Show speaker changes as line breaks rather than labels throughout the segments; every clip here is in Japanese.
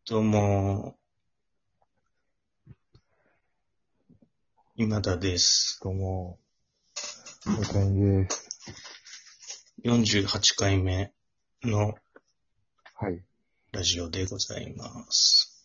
どうも、今田です。
どうも、大谷です。
48回目の
はい。
ラジオでございます。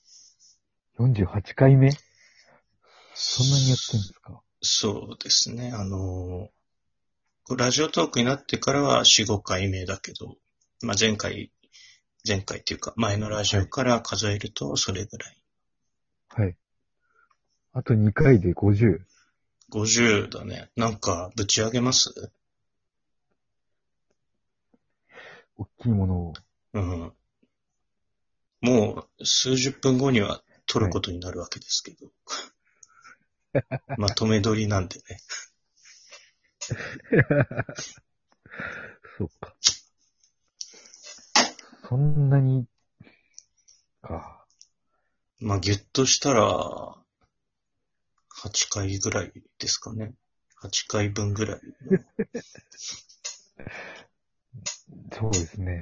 48回目そんなにやってんですか？
そうですね。ラジオトークになってからは4、5回目だけど、まあ、前回っていうか前のラジ
はい。
オから数えるとそれぐらい。
はい。あと2回で50。
50だね。なんかぶち上げます？
大きいものを。
うん。もう数十分後には撮る
はい。
ことになるわけですけど。まとめ撮りなんでね。
そっか。そんなにか。
まあ、ギュッとしたら、8回ぐらいですかね。8回分ぐらいの。
そうですね。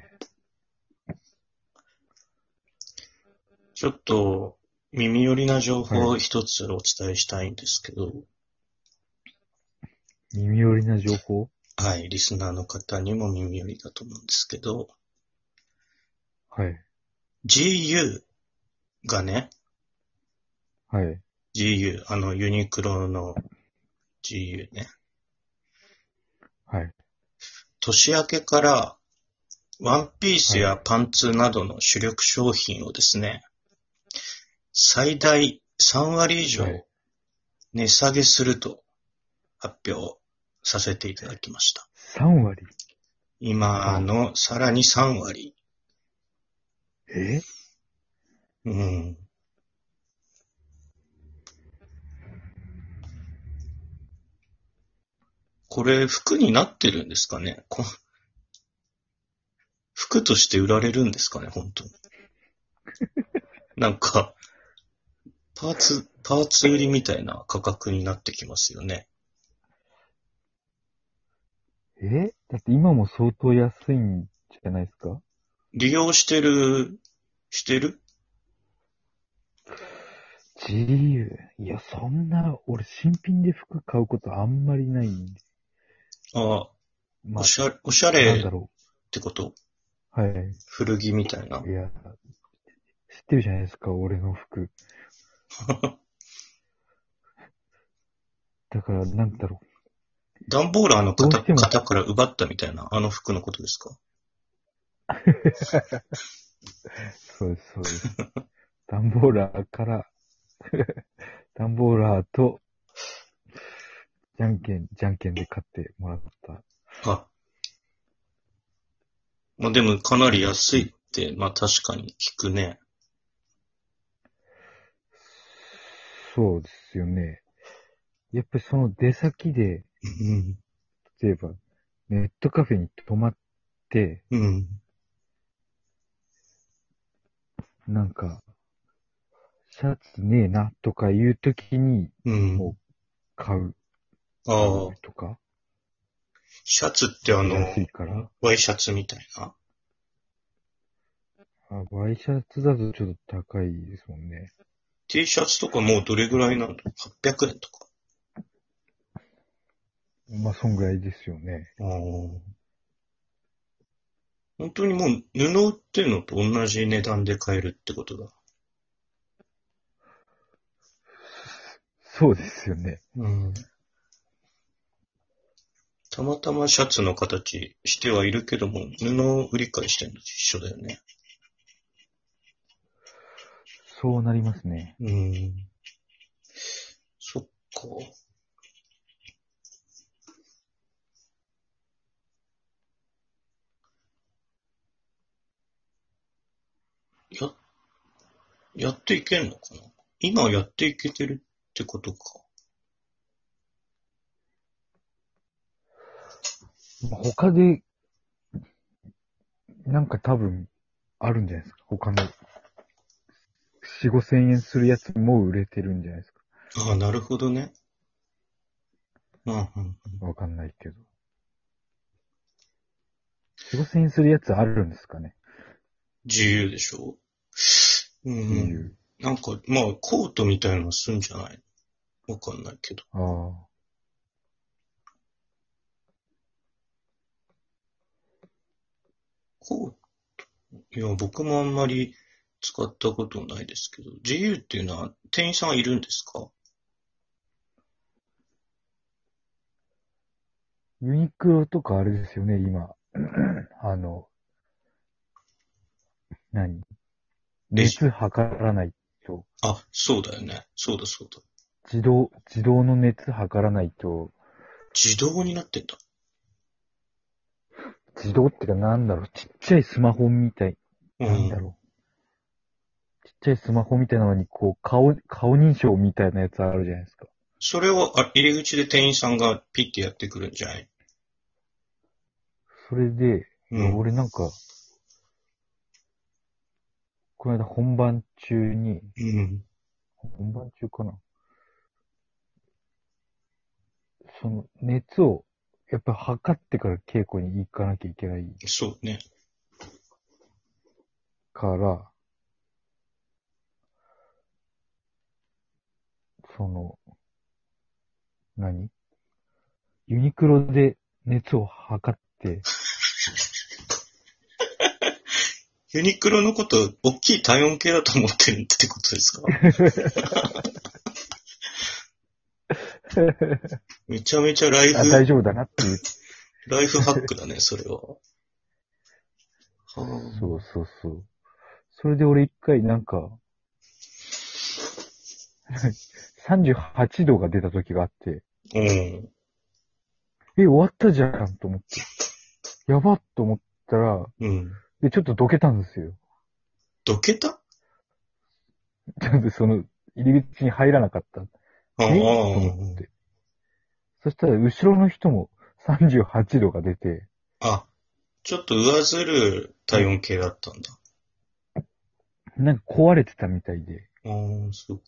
ちょっと耳寄りな情報を
はい。
一つお伝えしたいんですけど、
耳寄りな情報。
はい、リスナーの方にも耳寄りだと思うんですけど、
はい。
GU がね、
はい。
GU、ユニクロの GU ね、
はい。
年明けからワンピース
はい。
やパンツなどの主力商品をですね、最大3割以上
はい。
値下げすると発表させていただきました。
3割。
今
は
のさらに3割。
え
うん。これ服になってるんですかね？服として売られるんですかね？本当に。なんか、パーツ売りみたいな価格になってきますよね。
だって今も相当安いんじゃないですか？
利用してる？
GU。いや、そんな、俺新品で服買うことあんまりないんで。
あ、
ま
おしゃ
あ、なん
れっ
だろ
てこと？
う。はい。
古着みたいな。
いや、知ってるじゃないですか、俺の服。だから、なんだろ
段ボーラーの
う。どうしても、
型から奪ったみたいな、あの服のことですか？
そうです、そうです。段ボーラーから、段ボーラーと、じゃんけんで買ってもらった。
あ、まあでもかなり安いって、まあ確かに聞くね。
そうですよね。やっぱりその出先で、
うん。
例えば、ネットカフェに泊まって、
うん。
なんか、シャツねえなとかいう時に、
うん。
もう買う
ああ、
とか、
シャツって
やっぱ安いから、
ワイシャツみたいな。
ワイシャツだとちょっと高いですもんね。
T シャツとかもうどれぐらいなの？ 800 円とか。
まあ、そんぐらいですよね。
ああ。本当にもう布売ってるのと同じ値段で買えるってことだ。
そうですよね。
うん。たまたまシャツの形してはいるけども、布を売り買いしてるのと一緒だよね。
そうなりますね。
うん。そっか。や、やっていけんのかな？今やっていけてるってことか。
まあ他で、なんか多分、あるんじゃないですか。他の、4、5千円するやつも売れてるんじゃないですか。
ああ、なるほどね。うんうんうん。
わかんないけど。4、5千円するやつあるんですかね。
自由でしょ？ う
ってい
ん。
う。
なんか、まあ、コートみたいなのすんじゃないの？わかんないけど。
ああ。
コート、いや、僕もあんまり使ったことないですけど、GU っていうのは店員さんいるんですか？
ユニクロとかあれですよね、今。あの、何
レジ。
熱測らないと、
あ、そうだよね。そうだそうだ。
自動の熱測らないと、
自動になってんだ。
自動ってかなんだろう、ちっちゃいスマホみたい、
うん。
なんだろう。ちっちゃいスマホみたいなのに、こう、顔認証みたいなやつあるじゃないですか。
それを入り口で店員さんがピッてやってくるんじゃない？
それで、いや、
うん。
俺なんか、この間本番中に、
うん。
本番中かなその熱を、やっぱ測ってから稽古に行かなきゃいけない
そうね。
から、その、何ユニクロで熱を測って、
ユニクロのこと、大きい体温計だと思ってるってことですか？めちゃめちゃ
あ、大丈夫だなっていう。
ライフハックだね、それは。は
そうそうそう。それで俺一回なんか、38度が出た時があって、
あ。うん。
終わったじゃんと思って。やばっと思ったら、
うん。
で、ちょっとどけたんですよ。
どけた？
ちゃんとその、入り口に入らなかった。
ああ。
と思って。そしたら、後ろの人も38度が出て、
あ、ちょっと上ずる体温計だったんだ。
なんか壊れてたみたいで。
ああ、そうか。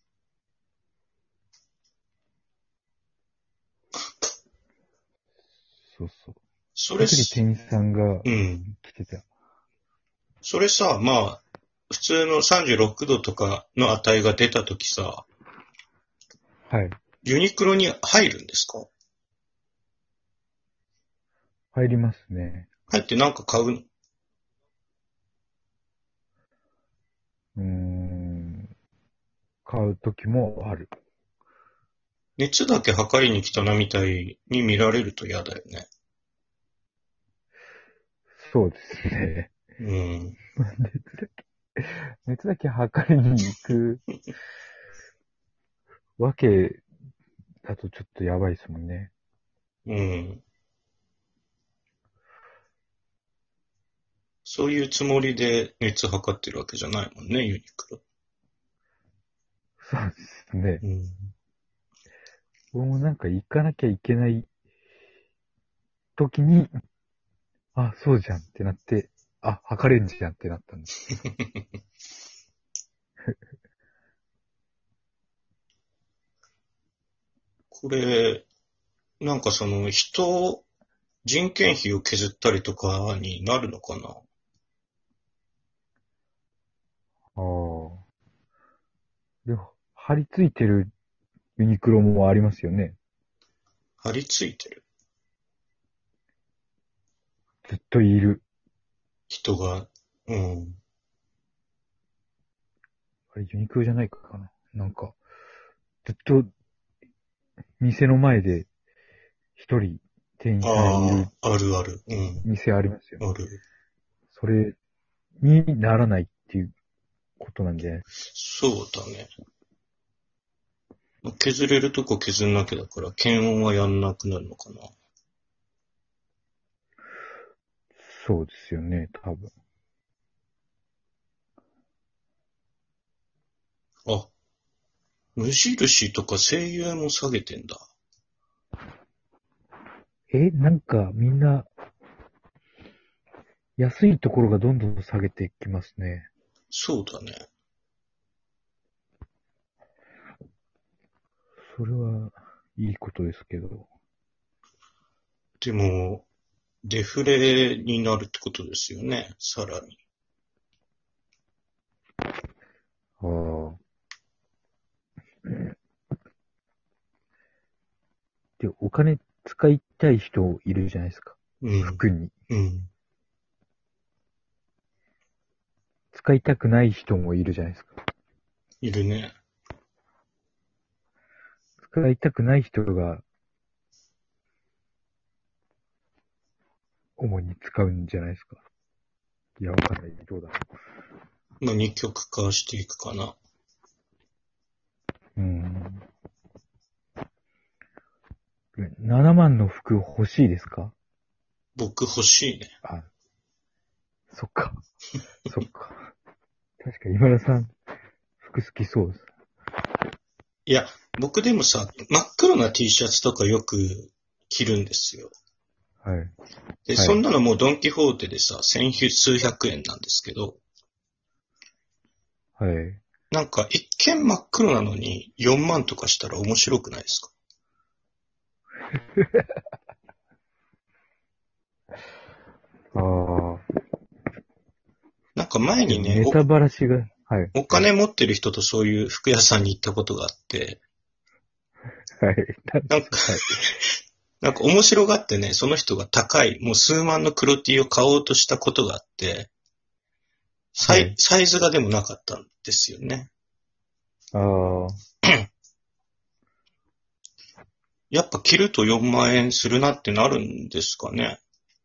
そうそう。
それ
その時店員さんが
うん。
来てた。
それさ、まあ、普通の36度とかの値が出たときさ、
はい。
ユニクロに入るんですか？
入りますね。
入ってなんか買うの？
うーん。買う時もある。
熱だけ測りに来たなみたいに見られると嫌だよね。
そうですね。
うん。
熱だけ測りに行くわけだとちょっとやばいですもんね。
うん。そういうつもりで熱測ってるわけじゃないもんね、ユニクロ。
そうですね。
うん。
僕もなんか行かなきゃいけない時に、あ、そうじゃんってなって、あ、測れんじゃんってなったんです。
これ、なんかその人件費を削ったりとかになるのかな？
ああ。でも、張り付いてるユニクロもありますよね。
張り付いてる
ずっといる。
人が、うん。
あれ、ユニクロじゃないかな。なんか、ずっと店の前で一人店員さんいる
ああ、あるある。うん。
店ありますよね。
ある。
それにならないっていうことなんじゃない
そうだね。削れるとこ削んなきゃだから、検温はやんなくなるのかな。
そうですよね、多分。
あ、無印とか声優も下げてんだ。
なんかみんな安いところがどんどん下げていきますね。
そうだね。
それはいいことですけど。
でも、デフレになるってことですよね、さらに。
ああ。で、お金使いたい人いるじゃないですか。
うん。
服に。
うん。
使いたくない人もいるじゃないですか。
いるね。
使いたくない人が主に使うんじゃないですか。いや、わかんない。どうだろ
まあ、二極化していくかな。
う。7万の服欲しいですか？
僕欲しいね。
あ、そっか。そっか。確か今田さん、服好きそうです。
いや、僕でもさ、真っ黒な T シャツとかよく着るんですよ。
はい。
で、
はい。
そんなのもうドンキホーテでさ、千数百円なんですけど、
はい。
なんか一見真っ黒なのに4万とかしたら面白くないですか？
ああ。
なんか前にね、
でもネタばらしが、はい。
お金持ってる人とそういう服屋さんに行ったことがあって、
はい。なん
なんか、
はい。
なんか面白がってね、その人が高い、もう数万の黒 T を買おうとしたことがあって、
はい。
サイズがでもなかったんですよね。
ああ。
やっぱ着ると4万円するなってなるんですかね。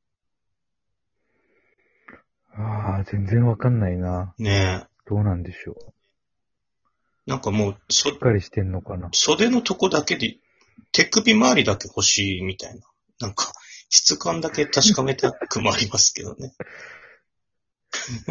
ああ、全然わかんないな。
ねえ。
どうなんでしょう。
なんかもう、
しっかりしてんのかな。
袖のとこだけで、手首周りだけ欲しいみたいな。なんか、質感だけ確かめたくもありますけどね。